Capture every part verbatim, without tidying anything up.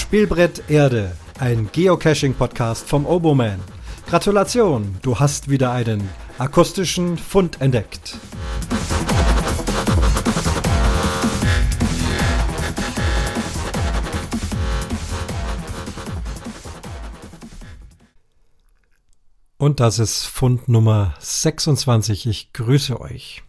Spielbrett Erde, ein Geocaching-Podcast vom Oboman. Gratulation, du hast wieder einen akustischen Fund entdeckt. Und das ist Fund Nummer sechsundzwanzig. Ich grüße euch.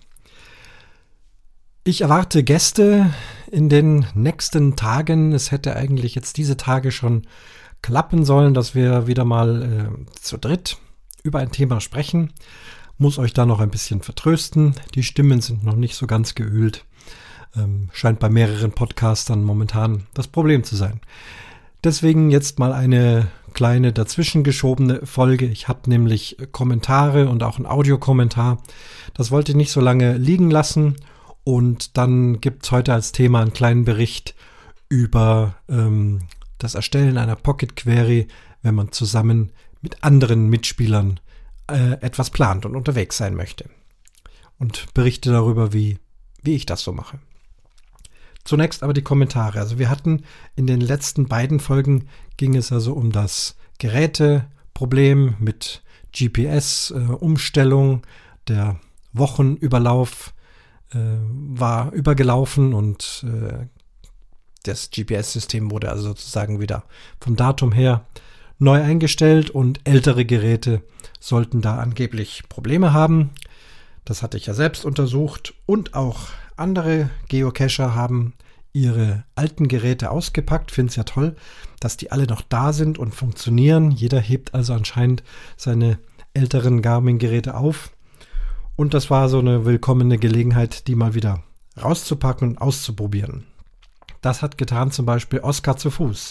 Ich erwarte Gäste in den nächsten Tagen. Es hätte eigentlich jetzt diese Tage schon klappen sollen, dass wir wieder mal äh, zu dritt über ein Thema sprechen. Muss euch da noch ein bisschen vertrösten. Die Stimmen sind noch nicht so ganz geölt. Ähm, scheint bei mehreren Podcastern momentan das Problem zu sein. Deswegen jetzt mal eine kleine dazwischen geschobene Folge. Ich habe nämlich Kommentare und auch einen Audiokommentar. Das wollte ich nicht so lange liegen lassen. Und dann gibt es heute als Thema einen kleinen Bericht über ähm, das Erstellen einer Pocket Query, wenn man zusammen mit anderen Mitspielern äh, etwas plant und unterwegs sein möchte. Und berichte darüber, wie, wie ich das so mache. Zunächst aber die Kommentare. Also wir hatten in den letzten beiden Folgen ging es also um das Geräteproblem mit G P S-Umstellung. Äh, der Wochenüberlauf äh, war übergelaufen und äh, das G P S-System wurde also sozusagen wieder vom Datum her neu eingestellt und ältere Geräte sollten da angeblich Probleme haben. Das hatte ich ja selbst untersucht und auch andere Geocacher haben ihre alten Geräte ausgepackt. Finde es ja toll, dass die alle noch da sind und funktionieren. Jeder hebt also anscheinend seine älteren Garmin-Geräte auf. Und das war so eine willkommene Gelegenheit, die mal wieder rauszupacken und auszuprobieren. Das hat getan zum Beispiel Oskar zu Fuß.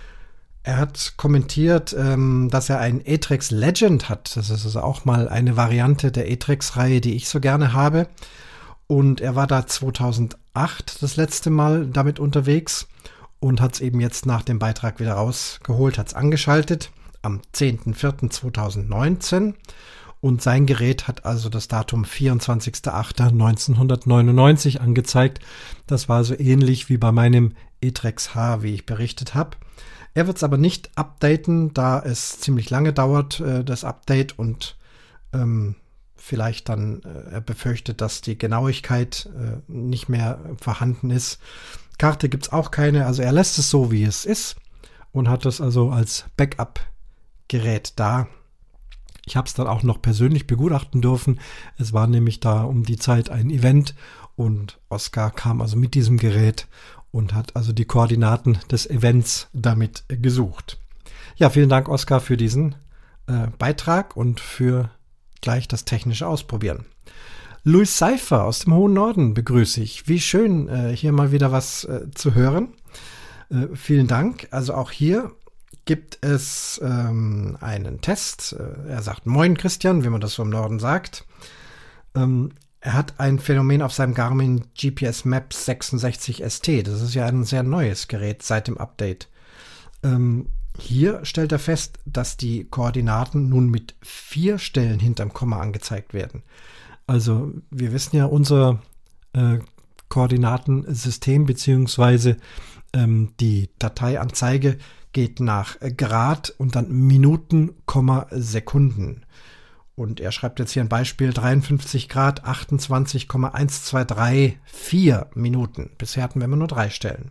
Er hat kommentiert, ähm, dass er ein Etrex Legend hat. Das ist also auch mal eine Variante der Etrex-Reihe, die ich so gerne habe. Und er war da zweitausendacht das letzte Mal damit unterwegs und hat es eben jetzt nach dem Beitrag wieder rausgeholt, hat es angeschaltet am zehnten vierten zweitausendneunzehn. Und sein Gerät hat also das Datum vierundzwanzigster achter neunzehnhundertneunundneunzig angezeigt. Das war so ähnlich wie bei meinem Etrex H, wie ich berichtet habe. Er wird es aber nicht updaten, da es ziemlich lange dauert, äh, das Update. Und ähm, vielleicht dann, äh, er befürchtet, dass die Genauigkeit äh, nicht mehr vorhanden ist. Karte gibt es auch keine, also er lässt es so, wie es ist. Und hat es also als Backup-Gerät da. Ich habe es dann auch noch persönlich begutachten dürfen. Es war nämlich da um die Zeit ein Event und Oskar kam also mit diesem Gerät und hat also die Koordinaten des Events damit gesucht. Ja, vielen Dank, Oskar, für diesen äh, Beitrag und für gleich das technische Ausprobieren. Louis Seifer aus dem hohen Norden begrüße ich. Wie schön, äh, hier mal wieder was äh, zu hören. Äh, vielen Dank. Also auch hier gibt es ähm, einen Test. Er sagt Moin Christian, wie man das so im Norden sagt. Ähm, er hat ein Phänomen auf seinem Garmin G P S Maps sechsundsechzig S T. Das ist ja ein sehr neues Gerät seit dem Update. Ähm, hier stellt er fest, dass die Koordinaten nun mit vier Stellen hinterm Komma angezeigt werden. Also wir wissen ja, unser äh, Koordinatensystem beziehungsweise ähm, die Dateianzeige geht nach Grad und dann Minuten, Sekunden. Und er schreibt jetzt hier ein Beispiel, dreiundfünfzig Grad, achtundzwanzig Komma eins zwei drei vier Minuten. Bisher hatten wir immer nur drei Stellen.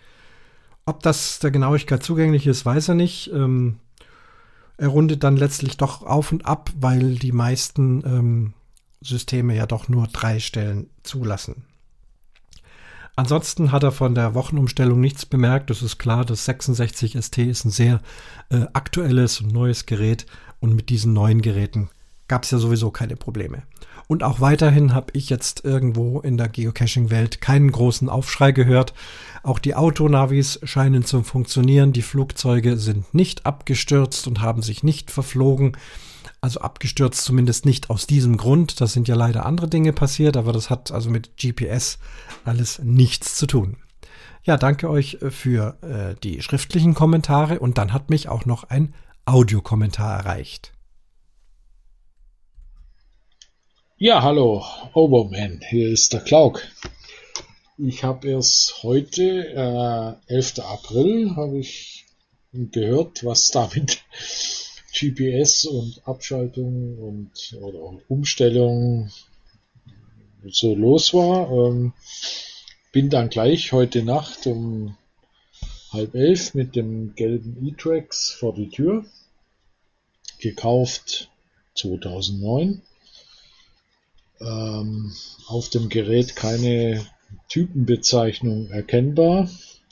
Ob das der Genauigkeit zugänglich ist, weiß er nicht. Ähm, er rundet dann letztlich doch auf und ab, weil die meisten ähm, Systeme ja doch nur drei Stellen zulassen. Ansonsten hat er von der Wochenumstellung nichts bemerkt. Das ist klar, das sechsundsechzig S T ist ein sehr äh, aktuelles und neues Gerät. Und mit diesen neuen Geräten gab es ja sowieso keine Probleme. Und auch weiterhin habe ich jetzt irgendwo in der Geocaching-Welt keinen großen Aufschrei gehört. Auch die Autonavis scheinen zu funktionieren. Die Flugzeuge sind nicht abgestürzt und haben sich nicht verflogen. Also abgestürzt zumindest nicht aus diesem Grund. Das sind ja leider andere Dinge passiert, aber das hat also mit G P S alles nichts zu tun. Ja, danke euch für äh, die schriftlichen Kommentare und dann hat mich auch noch ein Audiokommentar erreicht. Ja, hallo, Oboman, hier ist der Klauk. Ich habe erst heute, äh, elfter April, habe ich gehört, was da mit G P S und Abschaltung und oder Umstellung so los war. Ähm, bin dann gleich heute Nacht um halb elf mit dem gelben E-Trax vor die Tür. Gekauft zweitausendneun. Ähm, auf dem Gerät keine Typenbezeichnung erkennbar.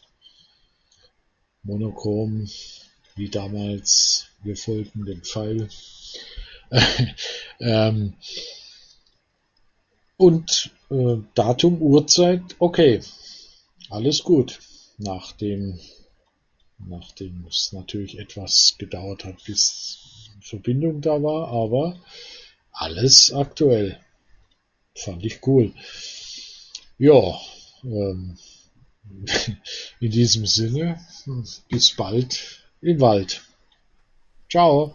Monochrom, wie damals, wir folgen dem Pfeil. ähm, und äh, Datum, Uhrzeit, okay, alles gut. Nachdem, nachdem es natürlich etwas gedauert hat, bis Verbindung da war, aber alles aktuell. Fand ich cool. Ja, ähm, in diesem Sinne, bis bald im Wald. Ciao.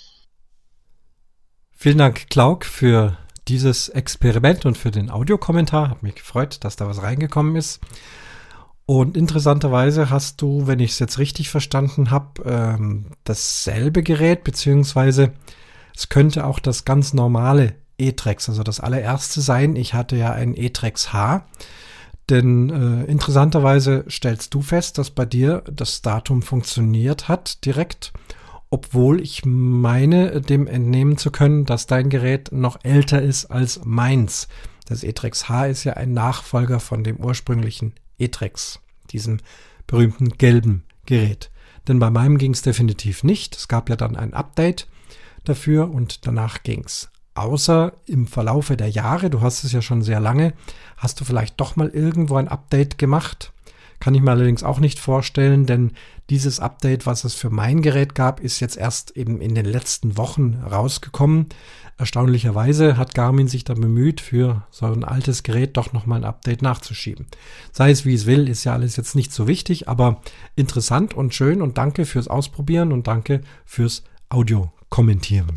Vielen Dank, Klauk, für dieses Experiment und für den Audiokommentar. Hat mich gefreut, dass da was reingekommen ist. Und interessanterweise hast du, wenn ich es jetzt richtig verstanden habe, ähm, dasselbe Gerät, beziehungsweise es könnte auch das ganz normale E-Trax, also das allererste sein. Ich hatte ja ein E-Trax H, denn äh, interessanterweise stellst du fest, dass bei dir das Datum funktioniert hat direkt, obwohl ich meine, dem entnehmen zu können, dass dein Gerät noch älter ist als meins. Das E-Trax H ist ja ein Nachfolger von dem ursprünglichen E-Trax, diesem berühmten gelben Gerät. Denn bei meinem ging es definitiv nicht. Es gab ja dann ein Update dafür und danach ging es. Außer im Verlaufe der Jahre, du hast es ja schon sehr lange, hast du vielleicht doch mal irgendwo ein Update gemacht. Kann ich mir allerdings auch nicht vorstellen, denn dieses Update, was es für mein Gerät gab, ist jetzt erst eben in den letzten Wochen rausgekommen. Erstaunlicherweise hat Garmin sich da bemüht, für so ein altes Gerät doch nochmal ein Update nachzuschieben. Sei es wie es will, ist ja alles jetzt nicht so wichtig, aber interessant und schön und danke fürs Ausprobieren und danke fürs Audio-Kommentieren.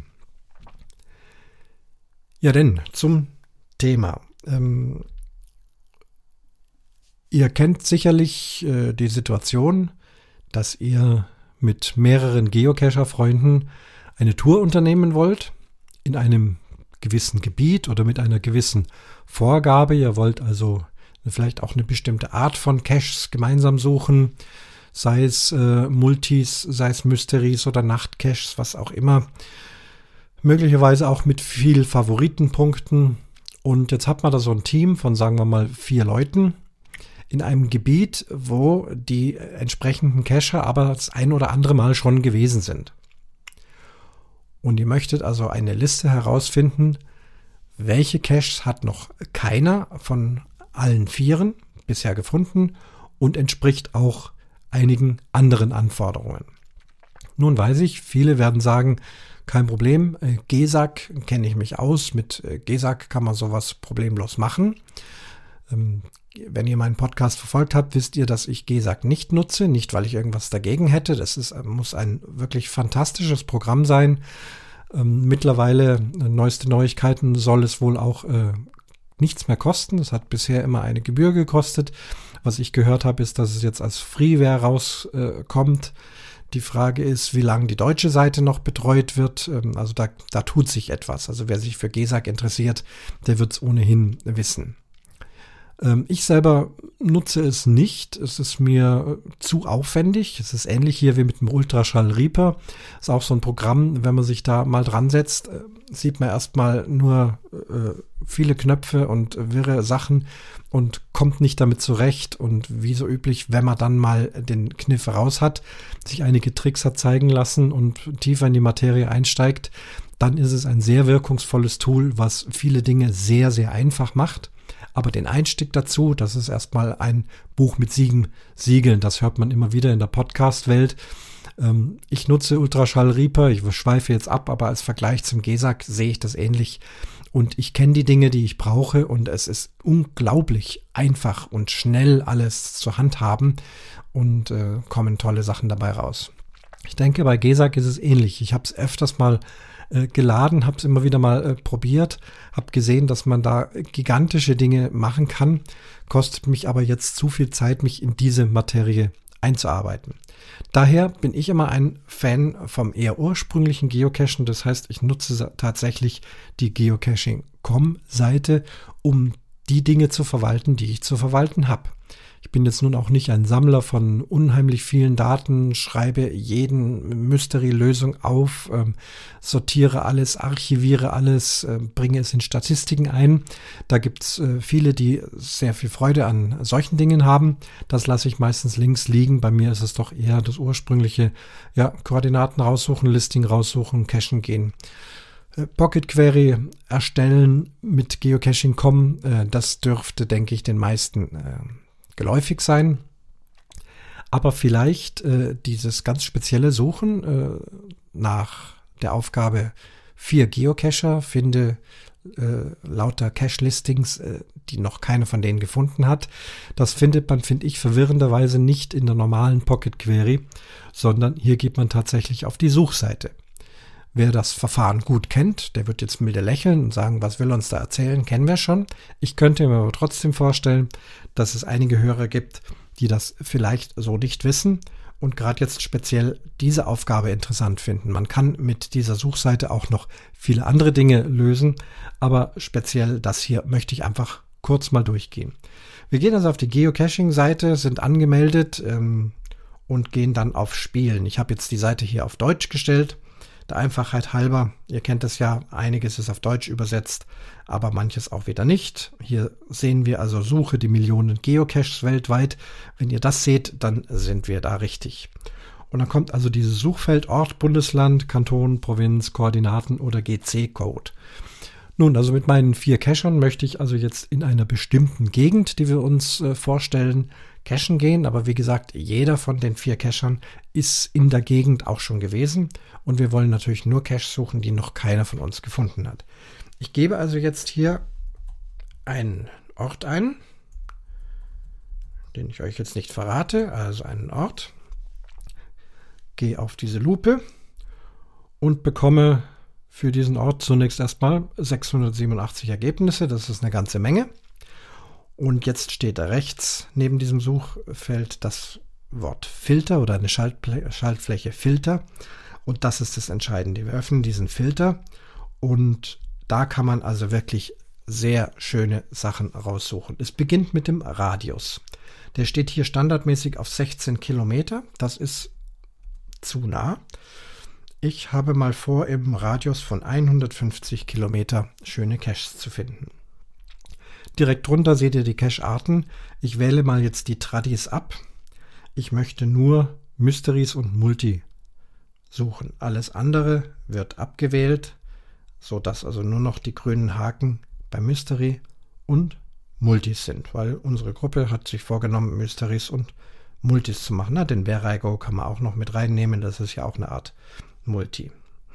Ja, denn zum Thema. Ähm, ihr kennt sicherlich äh, die Situation, dass ihr mit mehreren Geocacher-Freunden eine Tour unternehmen wollt, in einem gewissen Gebiet oder mit einer gewissen Vorgabe. Ihr wollt also vielleicht auch eine bestimmte Art von Caches gemeinsam suchen, sei es äh, Multis, sei es Mysteries oder Nachtcaches, was auch immer. Möglicherweise auch mit viel Favoritenpunkten. Und jetzt hat man da so ein Team von, sagen wir mal, vier Leuten in einem Gebiet, wo die entsprechenden Cacher aber das ein oder andere Mal schon gewesen sind. Und ihr möchtet also eine Liste herausfinden, welche Caches hat noch keiner von allen Vieren bisher gefunden und entspricht auch einigen anderen Anforderungen. Nun weiß ich, viele werden sagen, kein Problem, G E S A C kenne ich mich aus, mit G E S A C kann man sowas problemlos machen. Ähm, wenn ihr meinen Podcast verfolgt habt, wisst ihr, dass ich G E S A C nicht nutze, nicht weil ich irgendwas dagegen hätte. Das ist, muss ein wirklich fantastisches Programm sein. Ähm, mittlerweile, äh, neueste Neuigkeiten, soll es wohl auch äh, nichts mehr kosten. Es hat bisher immer eine Gebühr gekostet. Was ich gehört habe, ist, dass es jetzt als Freeware rauskommt. Äh, Die Frage ist, wie lange die deutsche Seite noch betreut wird. Ähm, also da, da tut sich etwas. Also wer sich für G E S A C interessiert, der wird es ohnehin wissen. Ähm, ich selber nutze es nicht. Es ist mir zu aufwendig. Es ist ähnlich hier wie mit dem Ultraschall Reaper. Ist auch so ein Programm, wenn man sich da mal dran setzt, äh, sieht man erstmal nur äh, viele Knöpfe und wirre Sachen und kommt nicht damit zurecht. Und wie so üblich, wenn man dann mal den Kniff raus hat, sich einige Tricks hat zeigen lassen und tiefer in die Materie einsteigt, dann ist es ein sehr wirkungsvolles Tool, was viele Dinge sehr, sehr einfach macht. Aber den Einstieg dazu, das ist erstmal ein Buch mit sieben Siegeln. Das hört man immer wieder in der Podcast-Welt. Ähm, ich nutze Ultraschall Reaper, ich schweife jetzt ab, aber als Vergleich zum G E S A C sehe ich das ähnlich. Und ich kenne die Dinge, die ich brauche und es ist unglaublich einfach und schnell alles zu handhaben und äh, kommen tolle Sachen dabei raus. Ich denke, bei G E S A C ist es ähnlich. Ich habe es öfters mal äh, geladen, habe es immer wieder mal äh, probiert, habe gesehen, dass man da gigantische Dinge machen kann, kostet mich aber jetzt zu viel Zeit, mich in diese Materie einzuarbeiten. Daher bin ich immer ein Fan vom eher ursprünglichen Geocachen, das heißt, ich nutze tatsächlich die Geocaching Punkt com Seite, um die Dinge zu verwalten, die ich zu verwalten habe. Ich bin jetzt nun auch nicht ein Sammler von unheimlich vielen Daten, schreibe jeden Mystery-Lösung auf, ähm, sortiere alles, archiviere alles, äh, bringe es in Statistiken ein. Da gibt es äh, viele, die sehr viel Freude an solchen Dingen haben. Das lasse ich meistens links liegen. Bei mir ist es doch eher das ursprüngliche, ja, Koordinaten raussuchen, Listing raussuchen, cachen gehen. Pocket Query erstellen mit Geocaching Punkt com, äh, das dürfte, denke ich, den meisten äh, geläufig sein. Aber vielleicht äh, dieses ganz spezielle Suchen äh, nach der Aufgabe vier Geocacher, finde äh, lauter Cache-Listings, äh, die noch keine von denen gefunden hat. Das findet man, finde ich, verwirrenderweise nicht in der normalen Pocket Query, sondern hier geht man tatsächlich auf die Suchseite. Wer das Verfahren gut kennt, der wird jetzt milde lächeln und sagen, was will uns da erzählen, kennen wir schon. Ich könnte mir aber trotzdem vorstellen, dass es einige Hörer gibt, die das vielleicht so nicht wissen und gerade jetzt speziell diese Aufgabe interessant finden. Man kann mit dieser Suchseite auch noch viele andere Dinge lösen, aber speziell das hier möchte ich einfach kurz mal durchgehen. Wir gehen also auf die Geocaching-Seite, sind angemeldet ähm, und gehen dann auf Spielen. Ich habe jetzt die Seite hier auf Deutsch gestellt. Der Einfachheit halber, ihr kennt es ja, einiges ist auf Deutsch übersetzt, aber manches auch wieder nicht. Hier sehen wir also Suche die Millionen Geocaches weltweit. Wenn ihr das seht, dann sind wir da richtig. Und dann kommt also dieses Suchfeld Ort, Bundesland, Kanton, Provinz, Koordinaten oder G C-Code. Nun, also mit meinen vier Cachern möchte ich also jetzt in einer bestimmten Gegend, die wir uns äh, vorstellen, cachen gehen. Aber wie gesagt, jeder von den vier Cachern ist in der Gegend auch schon gewesen. Und wir wollen natürlich nur Caches suchen, die noch keiner von uns gefunden hat. Ich gebe also jetzt hier einen Ort ein, den ich euch jetzt nicht verrate, also einen Ort. Gehe auf diese Lupe und bekomme für diesen Ort zunächst erstmal sechshundertsiebenundachtzig Ergebnisse. Das ist eine ganze Menge. Und jetzt steht da rechts neben diesem Suchfeld das Wort Filter oder eine Schaltfl- Schaltfläche Filter. Und das ist das Entscheidende. Wir öffnen diesen Filter und da kann man also wirklich sehr schöne Sachen raussuchen. Es beginnt mit dem Radius. Der steht hier standardmäßig auf sechzehn Kilometer. Das ist zu nah. Ich habe mal vor, im Radius von hundertfünfzig Kilometer schöne Caches zu finden. Direkt drunter seht ihr die Cache-Arten. Ich wähle mal jetzt die Tradis ab. Ich möchte nur Mysteries und Multi suchen. Alles andere wird abgewählt, sodass also nur noch die grünen Haken bei Mystery und Multis sind, weil unsere Gruppe hat sich vorgenommen, Mysteries und Multis zu machen. Na, den Veraigo kann man auch noch mit reinnehmen, das ist ja auch eine Art Multi.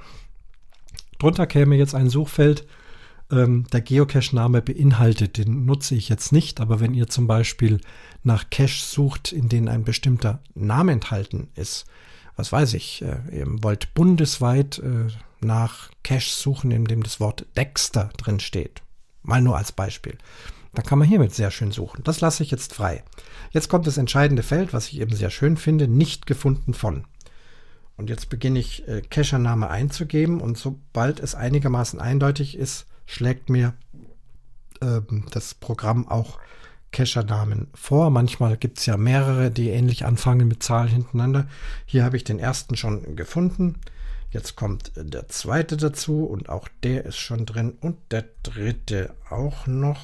Drunter käme jetzt ein Suchfeld. Ähm, der Geocache-Name beinhaltet, den nutze ich jetzt nicht, aber wenn ihr zum Beispiel nach Caches sucht, in denen ein bestimmter Name enthalten ist, was weiß ich, äh, ihr wollt bundesweit äh, nach Caches suchen, in dem das Wort Dexter drin steht. Mal nur als Beispiel. Da kann man hiermit sehr schön suchen. Das lasse ich jetzt frei. Jetzt kommt das entscheidende Feld, was ich eben sehr schön finde, nicht gefunden von. Und jetzt beginne ich, äh, Cachername einzugeben und sobald es einigermaßen eindeutig ist, schlägt mir äh, das Programm auch Cachernamen vor. Manchmal gibt es ja mehrere, die ähnlich anfangen mit Zahlen hintereinander. Hier habe ich den ersten schon gefunden. Jetzt kommt der zweite dazu und auch der ist schon drin und der dritte auch noch.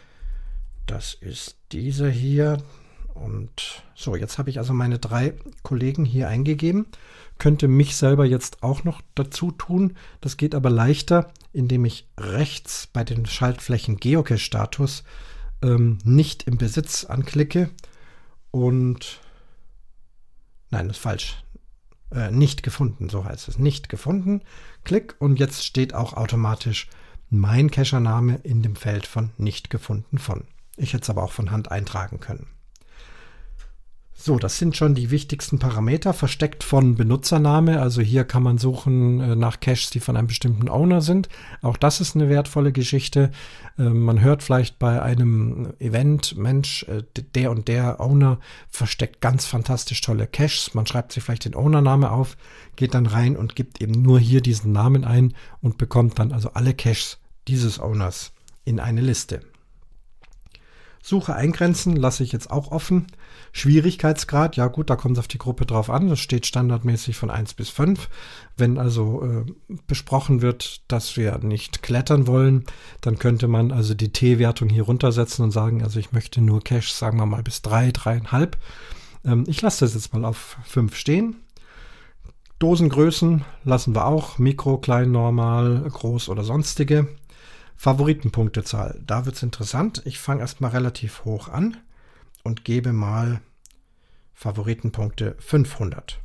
Das ist dieser hier. Und so, jetzt habe ich also meine drei Kollegen hier eingegeben. Könnte mich selber jetzt auch noch dazu tun. Das geht aber leichter, indem ich rechts bei den Schaltflächen Geocache-Status ähm, nicht im Besitz anklicke und nein, das ist falsch. Äh, nicht gefunden, so heißt es. Nicht gefunden. Klick und jetzt steht auch automatisch mein Cachername in dem Feld von nicht gefunden von. Ich hätte es aber auch von Hand eintragen können. So, das sind schon die wichtigsten Parameter, versteckt von Benutzername. Also hier kann man suchen äh, nach Caches, die von einem bestimmten Owner sind. Auch das ist eine wertvolle Geschichte. Äh, man hört vielleicht bei einem Event, Mensch, äh, der und der Owner versteckt ganz fantastisch tolle Caches. Man schreibt sich vielleicht den Ownername auf, geht dann rein und gibt eben nur hier diesen Namen ein und bekommt dann also alle Caches dieses Owners in eine Liste. Suche eingrenzen lasse ich jetzt auch offen. Schwierigkeitsgrad, ja gut, da kommt es auf die Gruppe drauf an. Das steht standardmäßig von eins bis fünf. Wenn also äh, besprochen wird, dass wir nicht klettern wollen, dann könnte man also die T-Wertung hier runtersetzen und sagen, also ich möchte nur Caches, sagen wir mal bis drei, drei Komma fünf. Ähm, ich lasse das jetzt mal auf fünf stehen. Dosengrößen lassen wir auch, Mikro, Klein, Normal, Groß oder sonstige. Favoritenpunktezahl, da wird es interessant. Ich fange erstmal relativ hoch an und gebe mal Favoritenpunkte fünfhundert.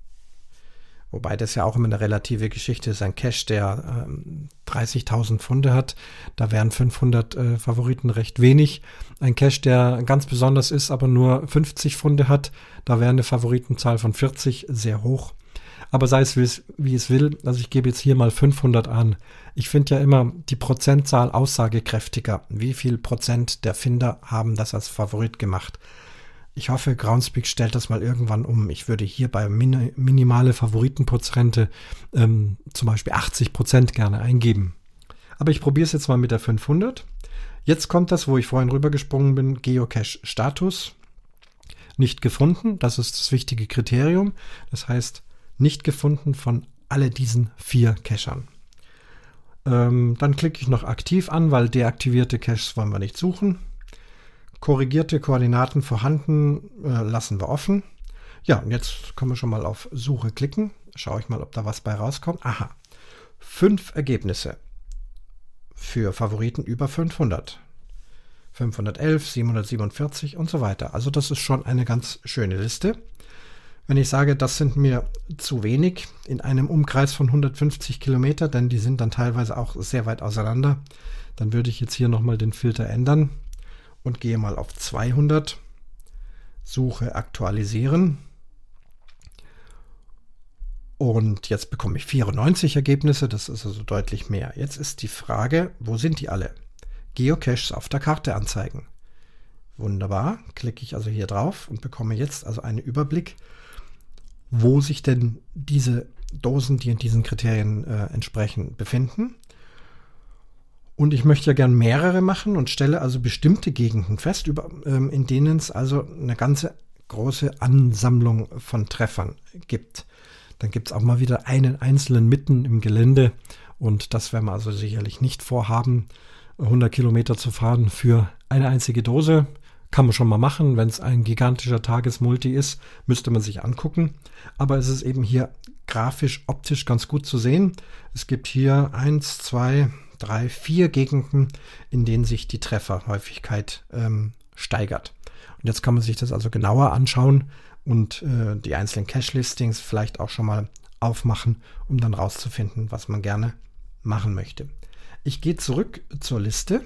Wobei das ja auch immer eine relative Geschichte ist. Ein Cache, der ähm, dreißigtausend Funde hat, da wären fünfhundert äh, Favoriten recht wenig. Ein Cache, der ganz besonders ist, aber nur fünfzig Funde hat, da wäre eine Favoritenzahl von vierzig sehr hoch. Aber sei es, wie es will, also ich gebe jetzt hier mal fünfhundert an. Ich finde ja immer die Prozentzahl aussagekräftiger. Wie viel Prozent der Finder haben das als Favorit gemacht? Ich hoffe, Groundspeak stellt das mal irgendwann um. Ich würde hier bei min- minimale Favoritenprozente ähm, zum Beispiel achtzig Prozent gerne eingeben. Aber ich probiere es jetzt mal mit der fünfhundert. Jetzt kommt das, wo ich vorhin rübergesprungen bin, Geocache-Status. Nicht gefunden, das ist das wichtige Kriterium. Das heißt, nicht gefunden von alle diesen vier Cachern. Ähm, dann klicke ich noch aktiv an, weil deaktivierte Caches wollen wir nicht suchen. Korrigierte Koordinaten vorhanden äh, lassen wir offen. Ja, und jetzt können wir schon mal auf Suche klicken. Schaue ich mal, ob da was bei rauskommt. Aha, fünf Ergebnisse für Favoriten über fünfhundert. fünfhundertelf, siebenhundertsiebenundvierzig und so weiter. Also das ist schon eine ganz schöne Liste. Wenn ich sage, das sind mir zu wenig in einem Umkreis von hundertfünfzig Kilometer, denn die sind dann teilweise auch sehr weit auseinander, dann würde ich jetzt hier nochmal den Filter ändern und gehe mal auf zweihundert, Suche aktualisieren und jetzt bekomme ich vierundneunzig Ergebnisse, das ist also deutlich mehr. Jetzt ist die Frage, wo sind die alle? Geocaches auf der Karte anzeigen. Wunderbar, klicke ich also hier drauf und bekomme jetzt also einen Überblick, wo sich denn diese Dosen, die in diesen Kriterien äh, entsprechen, befinden. Und ich möchte ja gern mehrere machen und stelle also bestimmte Gegenden fest, über, ähm, in denen es also eine ganze große Ansammlung von Treffern gibt. Dann gibt es auch mal wieder einen einzelnen mitten im Gelände und das werden wir also sicherlich nicht vorhaben, hundert Kilometer zu fahren für eine einzige Dose. Kann man schon mal machen, wenn es ein gigantischer Tagesmulti ist, müsste man sich angucken. Aber es ist eben hier grafisch, optisch ganz gut zu sehen. Es gibt hier eins, zwei, drei, vier Gegenden, in denen sich die Trefferhäufigkeit ähm, steigert. Und jetzt kann man sich das also genauer anschauen und äh, die einzelnen Cache-Listings vielleicht auch schon mal aufmachen, um dann rauszufinden, was man gerne machen möchte. Ich gehe zurück zur Liste.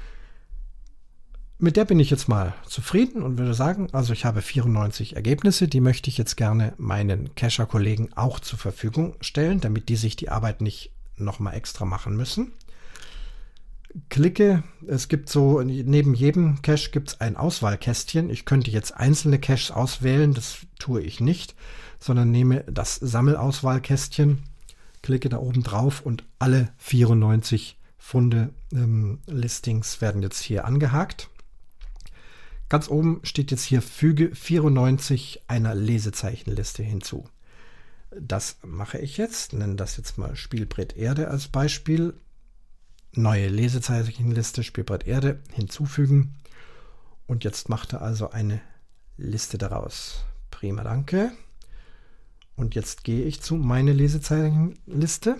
Mit der bin ich jetzt mal zufrieden und würde sagen, also ich habe vierundneunzig Ergebnisse, die möchte ich jetzt gerne meinen Cacher-Kollegen auch zur Verfügung stellen, damit die sich die Arbeit nicht nochmal extra machen müssen. Klicke, es gibt so, neben jedem Cache gibt es ein Auswahlkästchen. Ich könnte jetzt einzelne Caches auswählen, das tue ich nicht, sondern nehme das Sammelauswahlkästchen, klicke da oben drauf und alle vierundneunzig Funde-Listings ähm, werden jetzt hier angehakt. Ganz oben steht jetzt hier, füge vierundneunzig einer Lesezeichenliste hinzu. Das mache ich jetzt, nenne das jetzt mal Spielbrett Erde als Beispiel. Neue Lesezeichenliste, Spielbrett Erde hinzufügen. Und jetzt macht er also eine Liste daraus. Prima, danke. Und jetzt gehe ich zu meine Lesezeichenliste.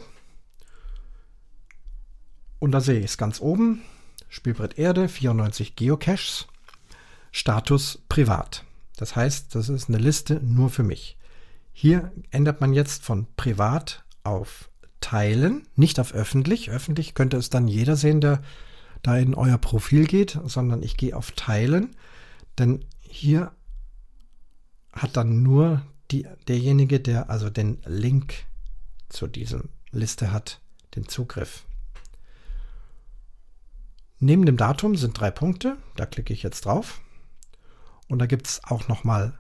Und da sehe ich es ganz oben. Spielbrett Erde, vierundneunzig Geocaches. Status privat. Das heißt, das ist eine Liste nur für mich. Hier ändert man jetzt von privat auf teilen, nicht auf öffentlich. Öffentlich könnte es dann jeder sehen, der da in euer Profil geht, sondern ich gehe auf teilen, denn hier hat dann nur die, derjenige, der also den Link zu dieser Liste hat, den Zugriff. Neben dem Datum sind drei Punkte, da klicke ich jetzt drauf. Und da gibt es auch nochmal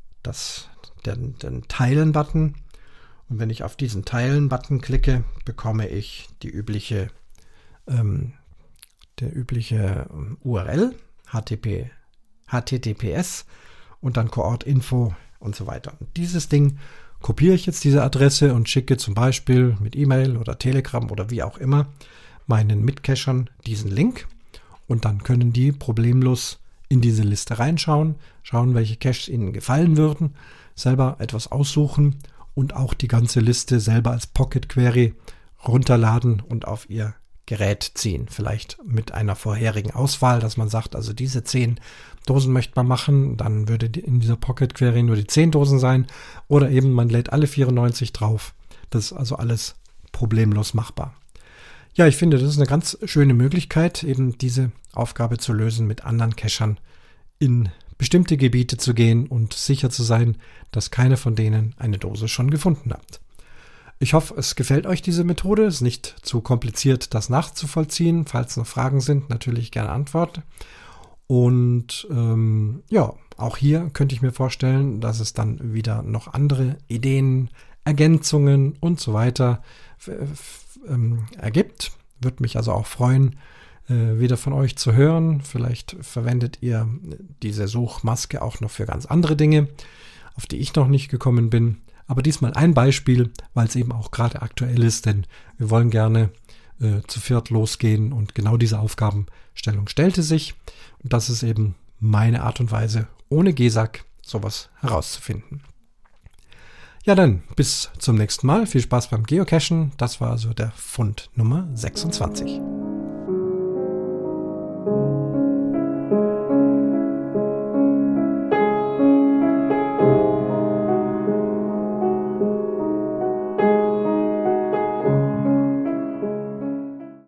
den, den Teilen-Button. Und wenn ich auf diesen Teilen-Button klicke, bekomme ich die übliche, ähm, der übliche U R L, H T T P S und dann Kohort-Info und so weiter. Und dieses Ding kopiere ich jetzt, diese Adresse, und schicke zum Beispiel mit E-Mail oder Telegram oder wie auch immer meinen Mitcachern diesen Link. Und dann können die problemlos in diese Liste reinschauen, schauen, welche Caches ihnen gefallen würden, selber etwas aussuchen und auch die ganze Liste selber als Pocket Query runterladen und auf ihr Gerät ziehen. Vielleicht mit einer vorherigen Auswahl, dass man sagt, also diese zehn Dosen möchte man machen, dann würde in dieser Pocket Query nur die zehn Dosen sein, oder eben man lädt alle vierundneunzig drauf. Das ist also alles problemlos machbar. Ja, ich finde, das ist eine ganz schöne Möglichkeit, eben diese Aufgabe zu lösen, mit anderen Cachern in bestimmte Gebiete zu gehen und sicher zu sein, dass keine von denen eine Dose schon gefunden habt. Ich hoffe, es gefällt euch diese Methode. Es ist nicht zu kompliziert, das nachzuvollziehen. Falls noch Fragen sind, natürlich gerne Antwort. Und ähm, ja, auch hier könnte ich mir vorstellen, dass es dann wieder noch andere Ideen, Ergänzungen und so weiter ähm, ergibt. Würde mich also auch freuen, äh, wieder von euch zu hören. Vielleicht verwendet ihr diese Suchmaske auch noch für ganz andere Dinge, auf die ich noch nicht gekommen bin. Aber diesmal ein Beispiel, weil es eben auch gerade aktuell ist, denn wir wollen gerne äh, zu viert losgehen und genau diese Aufgabenstellung stellte sich. Und das ist eben meine Art und Weise, ohne G E S A C sowas herauszufinden. Ja, dann bis zum nächsten Mal. Viel Spaß beim Geocachen. Das war also der Fund Nummer sechsundzwanzig.